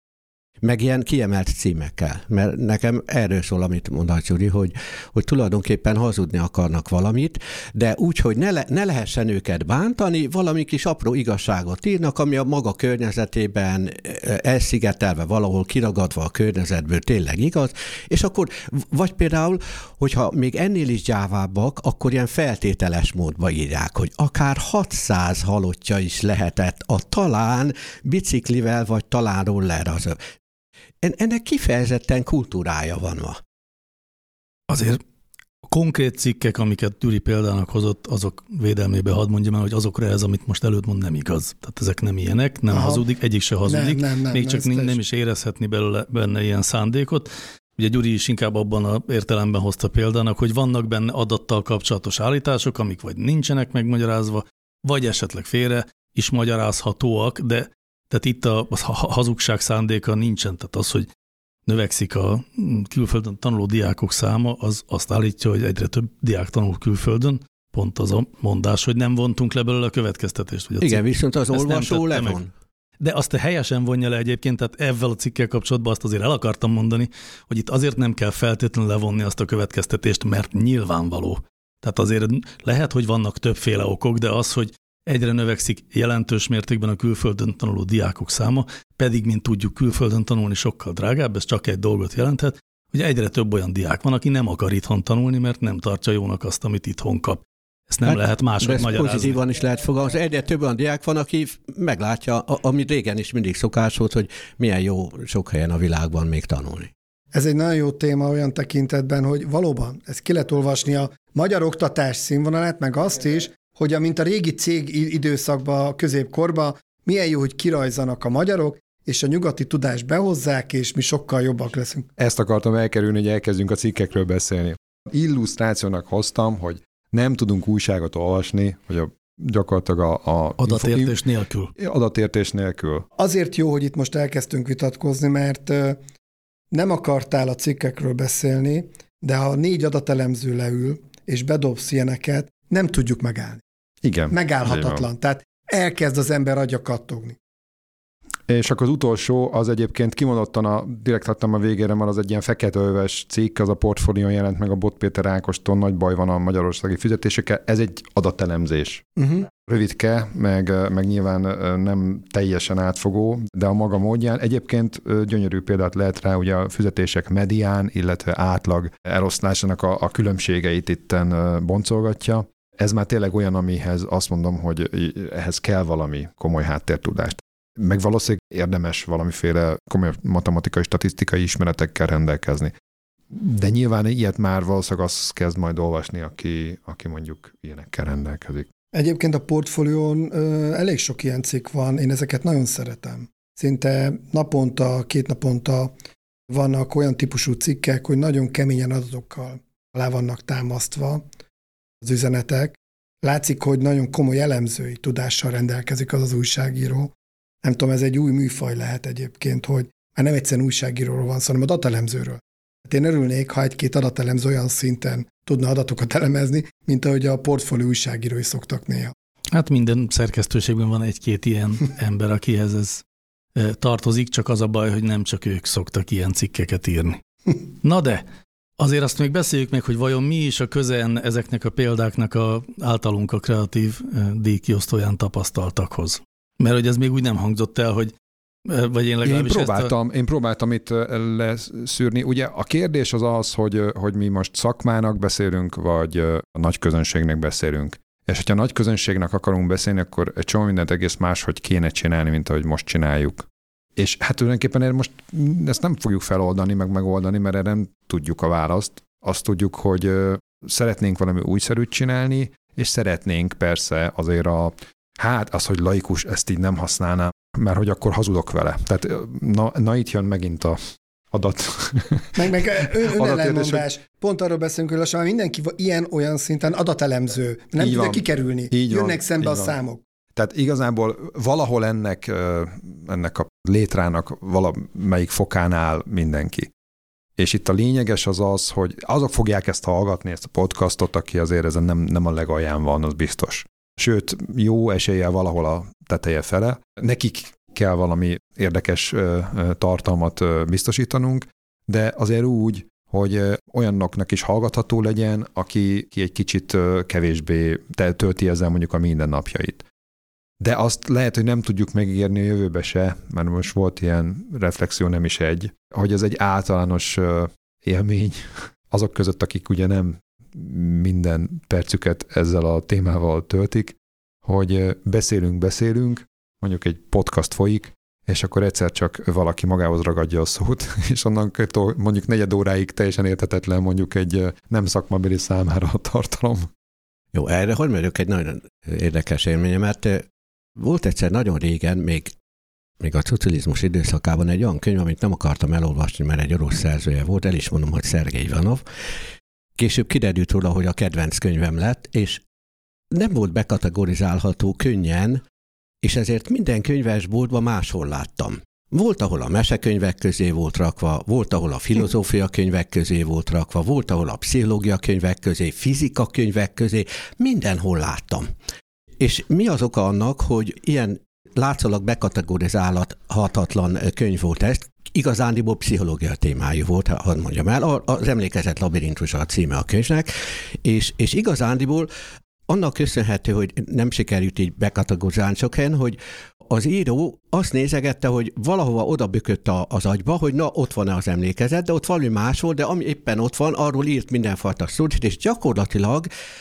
meg ilyen kiemelt címekkel. Mert nekem erről szól, amit mondasz, Gyuri, hogy, hogy tulajdonképpen hazudni akarnak valamit, de úgy, hogy ne, le, ne lehessen őket bántani, valami kis apró igazságot írnak, ami a maga környezetében elszigetelve, valahol kiragadva a környezetből tényleg igaz, és akkor, vagy például, hogyha még ennél is gyávábbak, akkor ilyen feltételes módba írják, hogy akár hatszáz halottja is lehetett a talán biciklivel, vagy talán rollerraző. Ennek kifejezetten kultúrája van ma. Azért a konkrét cikkek, amiket Gyuri példának hozott, azok védelmébe hadd mondjam el, hogy azokra ez, amit most előtt mond, nem igaz. Tehát ezek nem ilyenek, nem Aha. hazudik, egyik se hazudik, nem, nem, nem, még csak nem, nem is érezhetni belőle, benne ilyen szándékot. Ugye Gyuri is inkább abban az értelemben hozta példának, hogy vannak benne adattal kapcsolatos állítások, amik vagy nincsenek megmagyarázva, vagy esetleg félre is magyarázhatóak, de tehát itt a, a hazugság szándéka nincsen. Tehát az, hogy növekszik a külföldön tanuló diákok száma, az azt állítja, hogy egyre több diák tanul külföldön. Pont az a mondás, hogy nem vontunk le belőle a következtetést. Hogy a Igen, cikk, viszont az olvasó levon. De azt helyesen vonja le egyébként, tehát ezzel a cikkel kapcsolatban azt azért el akartam mondani, hogy itt azért nem kell feltétlenül levonni azt a következtetést, mert nyilvánvaló. Tehát azért lehet, hogy vannak többféle okok, de az, hogy egyre növekszik jelentős mértékben a külföldön tanuló diákok száma, pedig, mint tudjuk, külföldön tanulni sokkal drágább, ez csak egy dolgot jelenthet, hogy egyre több olyan diák van, aki nem akar itthon tanulni, mert nem tartja jónak azt, amit itthon kap. Ezt nem hát, lehet máshogy magyarázni. Pozitívan is lehet fogalmazni. Egyre több olyan diák van, aki meglátja, amit régen is mindig szokás volt, hogy milyen jó sok helyen a világban még tanulni. Ez egy nagyon jó téma olyan tekintetben, hogy valóban ezt ki lehet olvasni a magyar oktatás színvonalát, meg azt is, hogy amint a régi cég időszakban, a középkorban, milyen jó, hogy kirajzanak a magyarok, és a nyugati tudást behozzák, és mi sokkal jobbak leszünk. Ezt akartam elkerülni, hogy elkezdjünk a cikkekről beszélni. Illusztrációnak hoztam, hogy nem tudunk újságot olvasni, hogy a, gyakorlatilag a... a adatértés info, nélkül. Adatértés nélkül. Azért jó, hogy itt most elkezdtünk vitatkozni, mert nem akartál a cikkekről beszélni, de ha négy adatelemző leül, és bedobsz ilyeneket, nem tudjuk megállni. Igen. Megállhatatlan. Tehát elkezd az ember agya kattogni. És akkor az utolsó, az egyébként kimondottan, a, direkt adtam a végére, mert az egy ilyen feketeöves cikk, az a Portfólión jelent meg a Bot Péter Ákostól, nagy baj van a magyarországi fizetésekkel, ez egy adatelemzés. Uh-huh. Rövidke, meg, meg nyilván nem teljesen átfogó, de a maga módján. Egyébként gyönyörű példát lehet rá, ugye a fizetések medián, illetve átlag eloszlásának a, a különbségeit itten boncolgatja. Ez már tényleg olyan, amihez azt mondom, hogy ehhez kell valami komoly háttértudást. Meg valószínűleg érdemes valamiféle komoly matematikai, statisztikai ismeretekkel rendelkezni. De nyilván ilyet már valószínűleg azt kezd majd olvasni, aki, aki mondjuk ilyenekkel rendelkezik. Egyébként a Portfólión ö, elég sok ilyen cikk van, én ezeket nagyon szeretem. Szinte naponta, két naponta vannak olyan típusú cikkek, hogy nagyon keményen adatokkal alá vannak támasztva az üzenetek. Látszik, hogy nagyon komoly elemzői tudással rendelkezik az az újságíró. Nem tudom, ez egy új műfaj lehet egyébként, hogy már nem egyszerűen újságíróról van szó, hanem adatelemzőről. Hát én örülnék, ha egy-két adatelemző olyan szinten tudna adatokat elemezni, mint ahogy a portfólió újságírói szoktak néha. Hát minden szerkesztőségben van egy-két ilyen ember, akihez ez tartozik, csak az a baj, hogy nem csak ők szoktak ilyen cikkeket írni. Na de, azért azt még beszéljük meg, hogy vajon mi is a közen ezeknek a példáknak a, általunk a kreatív díjkiosztóján tapasztaltakhoz. Mert hogy ez még úgy nem hangzott el, hogy vagy én legalábbis én próbáltam, a... én próbáltam itt leszűrni. Ugye a kérdés az az, hogy, hogy mi most szakmának beszélünk, vagy a nagy közönségnek beszélünk. És hogyha a nagy közönségnek akarunk beszélni, akkor egy csomó mindent egész máshogy kéne csinálni, mint ahogy most csináljuk. És hát tulajdonképpen erre most ezt nem fogjuk feloldani, meg megoldani, mert erre nem tudjuk a választ. Azt tudjuk, hogy szeretnénk valami újszerűt csinálni, és szeretnénk persze azért a hát az, hogy laikus, ezt így nem használnám, mert hogy akkor hazudok vele. Tehát na, na itt jön megint a adat. Meg, meg önellenmondás. Pont arról beszélünk, hogy lassan mindenki ilyen-olyan szinten adatelemző. Nem tudja kikerülni. Így Jönnek van, szembe a van. számok. Tehát igazából valahol ennek, ennek a létrának valamelyik fokán áll mindenki. És itt a lényeges az az, hogy azok fogják ezt hallgatni, ezt a podcastot, aki azért ezen nem, nem a legalján van, az biztos. Sőt, jó eséllyel valahol a teteje fele. Nekik kell valami érdekes tartalmat biztosítanunk, de azért úgy, hogy olyanoknak is hallgatható legyen, aki, aki egy kicsit kevésbé tölti ezzel mondjuk a mindennapjait. De azt lehet, hogy nem tudjuk megígérni a jövőbe se, mert most volt ilyen reflexió, nem is egy, hogy ez egy általános élmény azok között, akik ugye nem minden percüket ezzel a témával töltik, hogy beszélünk, beszélünk, mondjuk egy podcast folyik, és akkor egyszer csak valaki magához ragadja a szót, és onnan mondjuk negyed óráig teljesen érthetetlen mondjuk egy nem szakmabeli számára a tartalom. Jó, erre hogy mondjuk egy nagyon érdekes élménye, mert volt egyszer nagyon régen, még, még a szocializmus időszakában egy olyan könyv, amit nem akartam elolvasni, mert egy orosz szerzője volt, el is mondom, hogy Szergej Ivanov. Később kiderült róla, hogy a kedvenc könyvem lett, és nem volt bekategorizálható könnyen, és ezért minden könyvesboltban máshol láttam. Volt, ahol a mesekönyvek közé volt rakva, volt, ahol a filozófia könyvek közé volt rakva, volt, ahol a pszichológia könyvek közé, fizika könyvek közé, mindenhol láttam. És mi az oka annak, hogy ilyen látszólag bekategorizálhatatlan könyv volt ez? Igazándiból pszichológia témájú volt, hadd mondjam el, az Emlékezet labirintusa a címe a könyvnek, és, és igazándiból annak köszönhető, hogy nem sikerült így bekategorizálni sok helyen, hogy az író azt nézegette, hogy valahova oda bökött az agyba, hogy na, ott van az emlékezet, de ott valami más volt, de ami éppen ott van, arról írt mindenfajta szót, és gyakorlatilag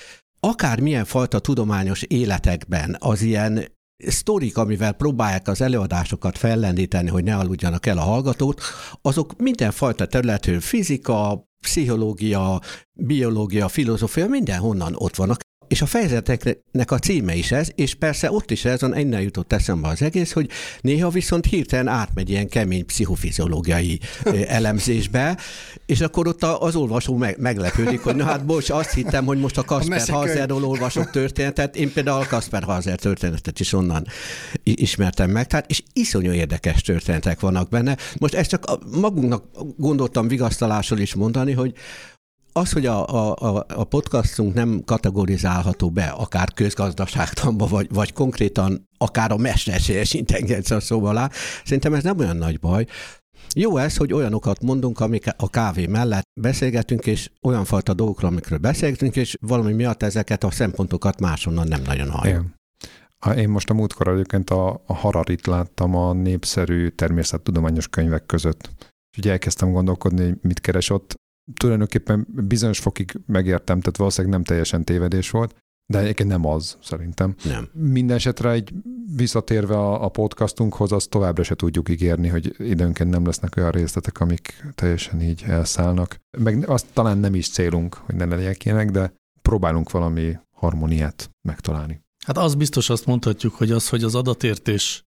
akármilyen fajta tudományos életekben az ilyen sztorik, amivel próbálják az előadásokat fellendíteni, hogy ne aludjanak el a hallgatót, azok mindenfajta területről, fizika, pszichológia, biológia, filozófia, mindenhonnan ott vannak. És a fejezeteknek a címe is ez, és persze ott is ez, innen jutott eszembe az egész, hogy néha viszont hirtelen átmegy ilyen kemény pszichofiziológiai elemzésbe, és akkor ott az olvasó meglepődik, hogy na hát bocs, azt hittem, hogy most a Kaspar Hauserról olvasok történetet, én például a Kaspar Hauser történetet is onnan ismertem meg, tehát és iszonyú érdekes történetek vannak benne. Most ezt csak magunknak gondoltam vigasztalásról is mondani, hogy az, hogy a, a, a podcastunk nem kategorizálható be, akár közgazdaságtanba, vagy, vagy konkrétan akár a mesterséges intelligencia szó alá, szerintem ez nem olyan nagy baj. Jó ez, hogy olyanokat mondunk, amik a kávé mellett beszélgetünk, és olyan fajta dolgokról, amikről beszélgetünk, és valami miatt ezeket a szempontokat máshonnan nem nagyon halljuk. Én most a múltkor egyébként a, a Hararit láttam a népszerű természettudományos könyvek között. És ugye elkezdtem gondolkodni, hogy mit keres ott. Tulajdonképpen bizonyos fokig megértem, tehát valószínűleg nem teljesen tévedés volt, de egyébként nem az, szerintem. Nem. Minden esetre egy visszatérve a, a podcastunkhoz, azt továbbra se tudjuk ígérni, hogy időnként nem lesznek olyan részletek, amik teljesen így elszállnak. Meg azt talán nem is célunk, hogy ne legyenek ilyenek, de próbálunk valami harmóniát megtalálni. Hát az biztos, azt mondhatjuk, hogy az, hogy az adatértés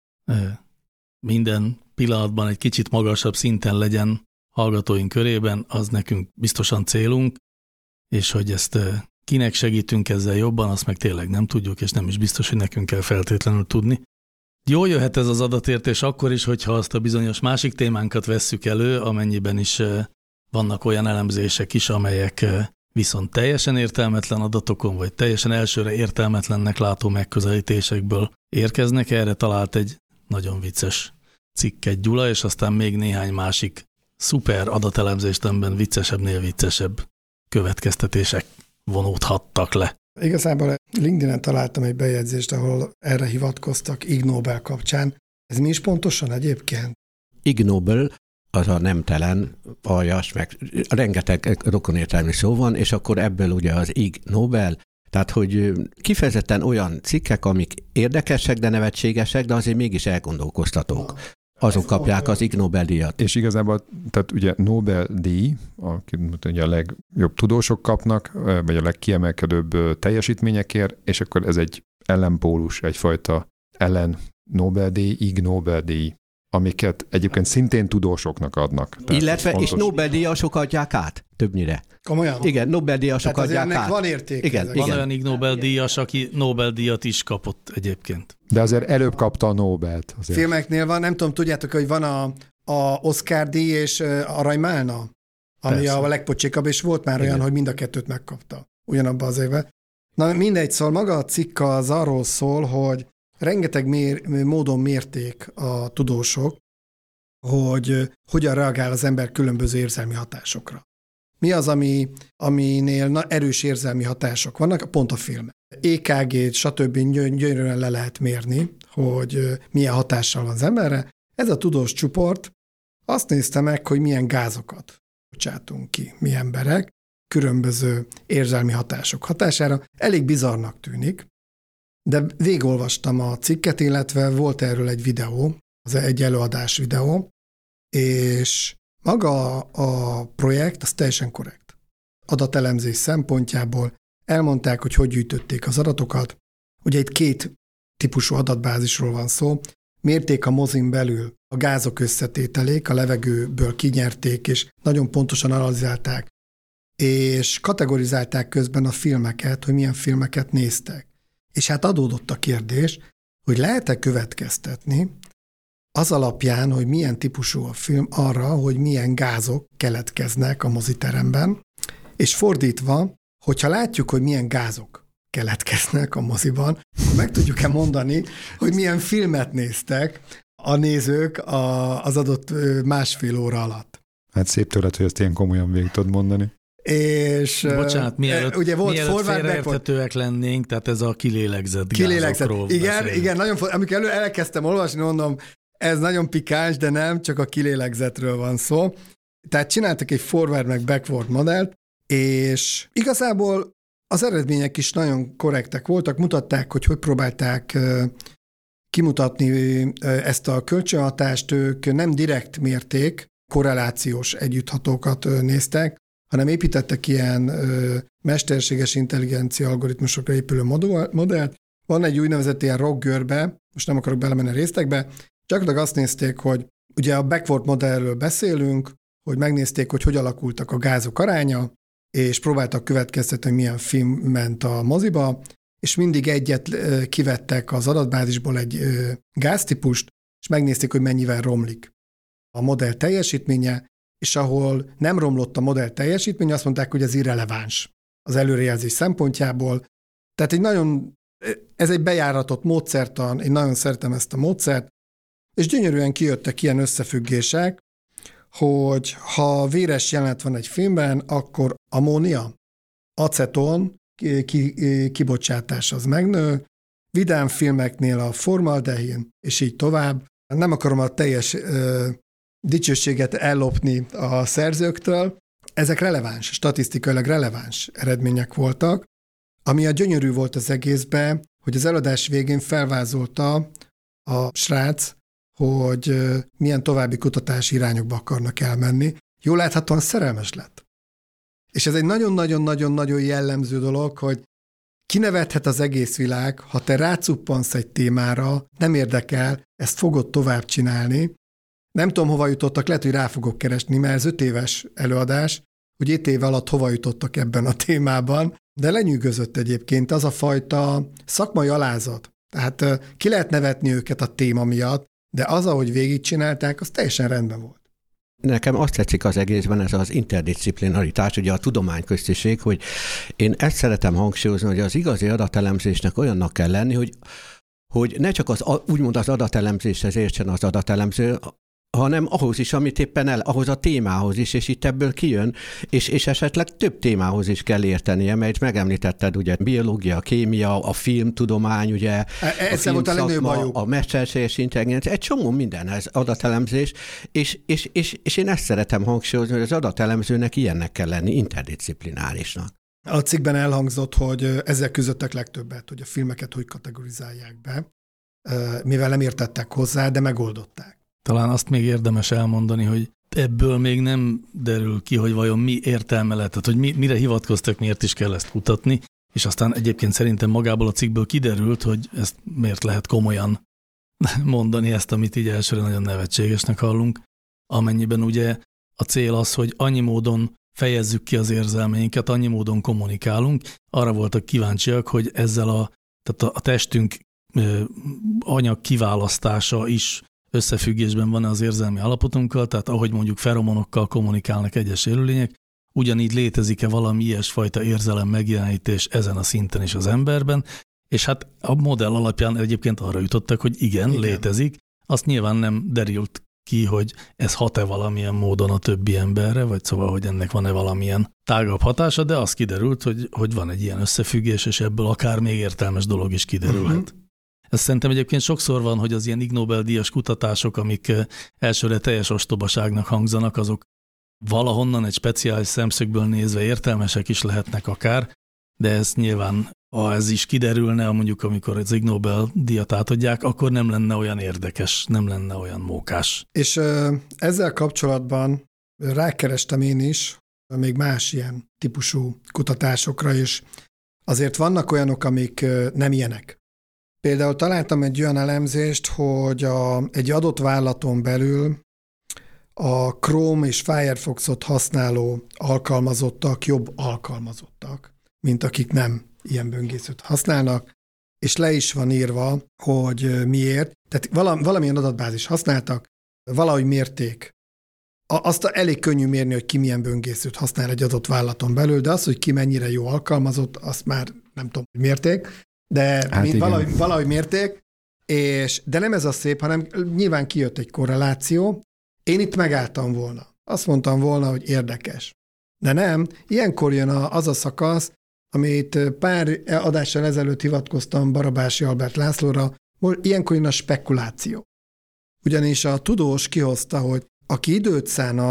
minden pillanatban egy kicsit magasabb szinten legyen hallgatóink körében, az nekünk biztosan célunk, és hogy ezt kinek segítünk ezzel jobban, azt meg tényleg nem tudjuk, és nem is biztos, hogy nekünk kell feltétlenül tudni. Jól jöhet ez az adatértés akkor is, hogyha azt a bizonyos másik témánkat vesszük elő, amennyiben is vannak olyan elemzések is, amelyek viszont teljesen értelmetlen adatokon, vagy teljesen elsőre értelmetlennek látó megközelítésekből érkeznek. Erre talált egy nagyon vicces cikket Gyula, és aztán még néhány másik szuper adatelemzést, amiben viccesebbnél viccesebb következtetések vonódhattak le. Igazából LinkedIn-en találtam egy bejegyzést, ahol erre hivatkoztak Ig Nobel kapcsán. Ez mi is pontosan egyébként? Ig Nobel az a nemtelen, aljas, meg rengeteg rokonértelmű szó van, és akkor ebből ugye az Ig Nobel, tehát hogy kifejezetten olyan cikkek, amik érdekesek, de nevetségesek, de azért mégis elgondolkoztatók. Azok kapják az Ig Nobel-díjat. És igazából, tehát ugye Nobel-díj, akit ugye a legjobb tudósok kapnak, vagy a legkiemelkedőbb teljesítményekért, és akkor ez egy ellenpólus, egyfajta ellen Nobel-díj, Ig Nobel-díj, amiket egyébként szintén tudósoknak adnak. Tehát illetve, és Nobel-díjasok adják át, többnyire. Komolyan? Igen, Nobel-díjasok tehát adják át. van érték. Igen, van igen. Van olyan Ig Nobel-díjas, aki Nobel-díjat is kapott egyébként. De azért előbb kapta a Nobelt. Azért. Filmeknél van, nem tudom, tudjátok, hogy van a, a Oscar-díj és Aranymálna, ami Persze. a legpocsékabb, és volt már Igen. olyan, hogy mind a kettőt megkapta ugyanabban az évben. Na mindegy, szóval maga a cikk az arról szól, hogy rengeteg mér, módon mérték a tudósok, hogy hogyan reagál az ember különböző érzelmi hatásokra. Mi az, ami, aminél na, erős érzelmi hatások vannak? Pont a filmek. é ká gét, stb. Gyönyörűen le lehet mérni, hogy milyen hatással van az emberre. Ez a tudós csoport azt nézte meg, hogy milyen gázokat bocsátunk ki mi emberek különböző érzelmi hatások hatására. Elég bizarrnak tűnik, de végigolvastam a cikket, illetve volt erről egy videó, az egy előadás videó, és maga a projekt az teljesen korrekt. Adatelemzés szempontjából elmondták, hogy hogy gyűjtötték az adatokat. Ugye itt két típusú adatbázisról van szó. Mérték a mozin belül a gázok összetételék, a levegőből kinyerték, és nagyon pontosan analizálták, és kategorizálták közben a filmeket, hogy milyen filmeket néztek. És hát adódott a kérdés, hogy lehet-e következtetni az alapján, hogy milyen típusú a film arra, hogy milyen gázok keletkeznek a moziteremben, és fordítva, hogyha látjuk, hogy milyen gázok keletkeznek a moziban, meg tudjuk-e mondani, hogy milyen filmet néztek a nézők a, az adott másfél óra alatt. Hát szép tőled, hogy ezt ilyen komolyan végig tudod mondani. És bocsánat, mielőtt, ugye volt mielőtt félreérthetőek lennénk, tehát ez a kilélegzett kilélegzett. gázokról Igen, beszélünk. igen, nagyon fontos. Amikor elő elkezdtem olvasni, mondom, ez nagyon pikáns, de nem, csak a kilélegzetről van szó. Tehát csináltak egy forward meg backward modellt, és igazából Az eredmények is nagyon korrektek voltak, mutatták, hogy hogy próbálták kimutatni ezt a kölcsönhatást, ők nem direkt mérték, korrelációs együtthatókat néztek, hanem építettek ilyen mesterséges intelligencia algoritmusokra épülő modellt. Van egy úgynevezett ilyen rock-görbe, most nem akarok belemenni a részletekbe, gyakorlatilag azt nézték, hogy ugye a backward modellről beszélünk, hogy megnézték, hogy hogy alakultak a gázok aránya, és próbáltak következtetni, hogy milyen film ment a moziba, és mindig egyet kivettek az adatbázisból egy gáztípust, és megnézték, hogy mennyivel romlik a modell teljesítménye, és ahol nem romlott a modell teljesítménye, azt mondták, hogy ez irreleváns az előrejelzés szempontjából. Tehát egy nagyon, ez egy bejáratott módszertan, én nagyon szeretem ezt a módszert, és gyönyörűen kijöttek ilyen összefüggések, hogy ha véres jelenet van egy filmben, akkor ammónia, aceton kibocsátás az megnő, vidám filmeknél a formaldehin, és így tovább. Nem akarom a teljes ö, dicsőséget ellopni a szerzőktől. Ezek releváns, statisztikailag releváns eredmények voltak, ami a gyönyörű volt az egészben, hogy az előadás végén felvázolta a srác, hogy ö, milyen további kutatási irányokba akarnak elmenni. Jól láthatóan szerelmes lett. És ez egy nagyon-nagyon-nagyon-nagyon jellemző dolog, hogy kinevethet az egész világ, ha te rácuppansz egy témára, nem érdekel, ezt fogod tovább csinálni. Nem tudom, hova jutottak, lehet, hogy rá fogok keresni, mert ez öt éves előadás, hogy öt év alatt hova jutottak ebben a témában, de lenyűgözött egyébként az a fajta szakmai alázat. Tehát ki lehet nevetni őket a téma miatt, de az, ahogy végigcsinálták, az teljesen rendben volt. Nekem azt tetszik az egészben, ez az interdisziplinaritás, ugye a tudományköztiség, hogy én ezt szeretem hangsúlyozni, hogy az igazi adatelemzésnek olyannak kell lenni, hogy, hogy ne csak az, úgymond az adatelemzéshez értsen az adatelemző, hanem ahhoz is, amit éppen el, ahhoz a témához is, és itt ebből kijön, és, és esetleg több témához is kell értenie, mert megemlítetted ugye biológia, kémia, a filmtudomány, ugye e, a filmszakma, a mesterséges intelligencia, egy csomó mindenhez adatelemzés, és, és, és, és én ezt szeretem hangsúlyozni, hogy az adatelemzőnek ilyennek kell lenni, interdisziplinárisnak. A cikkben elhangzott, hogy ezzel küzdöttek legtöbbet, hogy a filmeket hogy kategorizálják be, mivel nem értettek hozzá, de megoldották. Talán azt még érdemes elmondani, hogy ebből még nem derül ki, hogy vajon mi értelme lett, tehát hogy mi, mire hivatkoztak, miért is kell ezt kutatni, és aztán egyébként szerintem magából a cikkből kiderült, hogy ezt miért lehet komolyan mondani, ezt, amit így elsőre nagyon nevetségesnek hallunk, amennyiben ugye a cél az, hogy annyi módon fejezzük ki az érzelmeinket, annyi módon kommunikálunk, arra voltak kíváncsiak, hogy ezzel a, tehát a testünk anyag kiválasztása is összefüggésben van az érzelmi állapotunkkal, tehát ahogy mondjuk feromonokkal kommunikálnak egyes élőlények, ugyanígy létezik-e valami ilyesfajta érzelem megjelenítés ezen a szinten is az emberben, és hát a modell alapján egyébként arra jutottak, hogy igen, igen. létezik, azt nyilván nem derült ki, hogy ez hat-e valamilyen módon a többi emberre, vagy szóval, hogy ennek van-e valamilyen tágabb hatása, de az kiderült, hogy, hogy van egy ilyen összefüggés, és ebből akár még értelmes dolog is kiderülhet. Uh-huh. Ez szerintem egyébként sokszor van, hogy az ilyen Ig Nobel-díjas kutatások, amik elsőre teljes ostobaságnak hangzanak, azok valahonnan egy speciális szemszögből nézve értelmesek is lehetnek akár, de ez nyilván, ha ez is kiderülne, mondjuk amikor az Ig Nobel-díjat átadják, akkor nem lenne olyan érdekes, nem lenne olyan mókás. És ö, ezzel kapcsolatban rákerestem én is, még más ilyen típusú kutatásokra is. Azért vannak olyanok, amik ö, nem ilyenek. Például találtam egy olyan elemzést, hogy a, egy adott vállalaton belül a Chrome és Firefoxot használó alkalmazottak jobb alkalmazottak, mint akik nem ilyen böngészőt használnak, és le is van írva, hogy miért. Tehát valamilyen adatbázis használtak, valahogy mérték. Azt elég könnyű mérni, hogy ki milyen böngészőt használ egy adott vállalaton belül, de az, hogy ki mennyire jó alkalmazott, azt már nem tudom, hogy mérték. De hát valahogy, valahogy mérték, és, de nem ez a szép, hanem nyilván kijött egy korreláció. Én itt megálltam volna. Azt mondtam volna, hogy érdekes. De nem, ilyenkor jön az a szakasz, amit pár adással ezelőtt hivatkoztam Barabási Albert Lászlóra, ilyenkor jön a spekuláció. Ugyanis a tudós kihozta, hogy aki időt szán arra,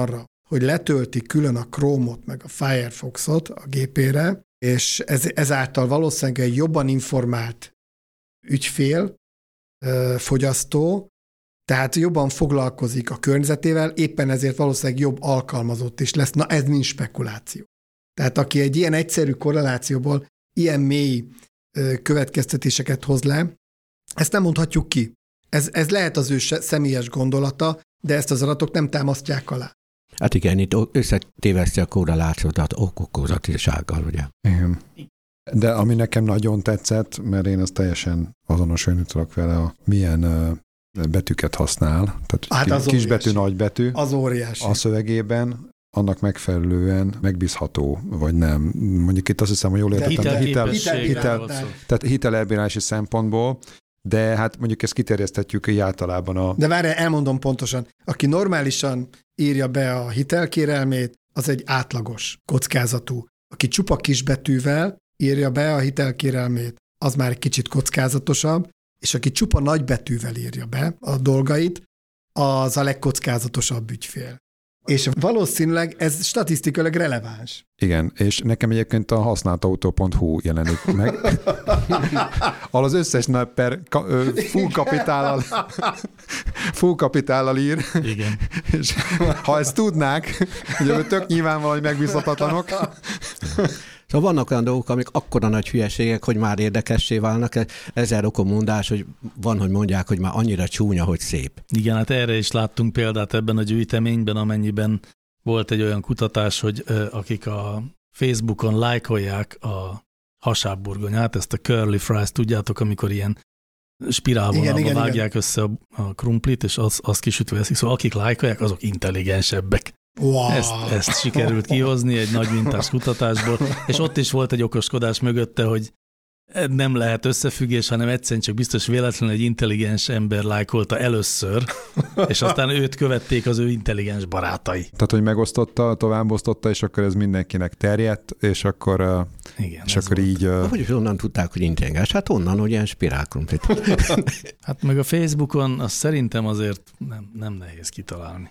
hogy letölti külön a Chrome-ot meg a Firefox-ot a gépére, és ez, ezáltal valószínűleg egy jobban informált ügyfél, fogyasztó, tehát jobban foglalkozik a környezetével, éppen ezért valószínűleg jobb alkalmazott is lesz. Na, ez nincs spekuláció. Tehát aki egy ilyen egyszerű korrelációból ilyen mély következtetéseket hoz le, ezt nem mondhatjuk ki. Ez, ez lehet az ő személyes gondolata, de ezt az adatok nem támasztják alá. Hát igen, itt összetéveszti a korrelációt okokozatisággal, ugye? Igen. De ami nekem nagyon tetszett, mert én azt teljesen azonosulok vele, a milyen uh, betűket használ, tehát hát ki, kisbetű, nagybetű az óriási. A szövegében, annak megfelelően megbízható, vagy nem. Mondjuk itt azt hiszem, hogy jól értettem, hitel, hitel, hitel, tehát hitelelbírási szempontból, de hát mondjuk ezt kiterjeszthetjük így általában a... De várj, elmondom pontosan, aki normálisan írja be a hitelkérelmét, az egy átlagos kockázatú. Aki csupa kisbetűvel írja be a hitelkérelmét, az már egy kicsit kockázatosabb, és aki csupa nagybetűvel írja be a dolgait, az a legkockázatosabb ügyfél. És valószínűleg ez statisztikailag releváns. Igen, és nekem egyébként a használtautó pont hu jelenik meg. Ahol az összes napper full kapitállal, full kapitállal ír. Igen. És ha ezt tudnák, ugye tök nyilvánvaló, hogy megbízhatatlanok. Szóval vannak olyan dolgok, amik akkora nagy hülyeségek, hogy már érdekessé válnak. Ezer okon mondás, hogy van, hogy mondják, hogy már annyira csúnya, hogy szép. Igen, hát erre is láttunk példát ebben a gyűjteményben, amennyiben volt egy olyan kutatás, hogy akik a Facebookon lájkolják a hasábburgonyát, ezt a curly fries, tudjátok, amikor ilyen spirálvonalba vágják igen. össze a, a krumplit, és az, azt kisütve eszik. Szóval akik lájkolják, azok intelligensebbek. Wow. Ezt, ezt sikerült kihozni egy nagy mintás kutatásból, és ott is volt egy okoskodás mögötte, hogy nem lehet összefüggés, hanem egyszerűen csak biztos véletlenül egy intelligens ember lájkolta először, és aztán őt követték az ő intelligens barátai. Tehát, hogy megosztotta, továbbosztotta, és akkor ez mindenkinek terjedt, és akkor, igen, és akkor volt. így... Uh... Hogy is onnan tudták, hogy intelligens? Hát onnan, hogy ilyen spirálkrumplit. Hát meg a Facebookon azt szerintem azért nem, nem nehéz kitalálni.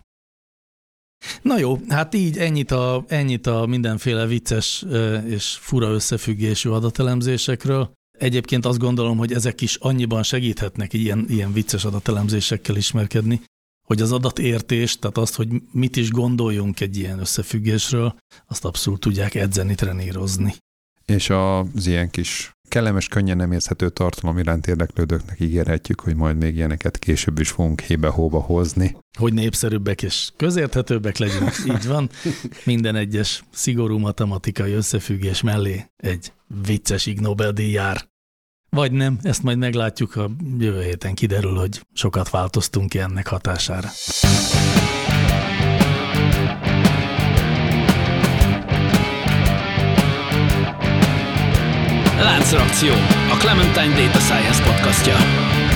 Na jó, hát így ennyit a, ennyit a mindenféle vicces és fura összefüggésű adatelemzésekről. Egyébként azt gondolom, hogy ezek is annyiban segíthetnek ilyen, ilyen vicces adatelemzésekkel ismerkedni, hogy az adatértés, tehát azt, hogy mit is gondoljunk egy ilyen összefüggésről, azt abszolút tudják edzeni, trenírozni. És az ilyen kis kellemes, könnyen nem érzhető tartalom iránt érdeklődőknek ígérhetjük, hogy majd még ilyeneket később is fogunk hébe-hóba hozni. Hogy népszerűbbek és közérthetőbbek legyünk, így van. Minden egyes szigorú matematikai összefüggés mellé egy vicces Ig Nobel-díj jár. Vagy nem, ezt majd meglátjuk, a jövő héten kiderül, hogy sokat változtunk ki ennek hatására. Láncreakció, a Clementine Data Science podcastja.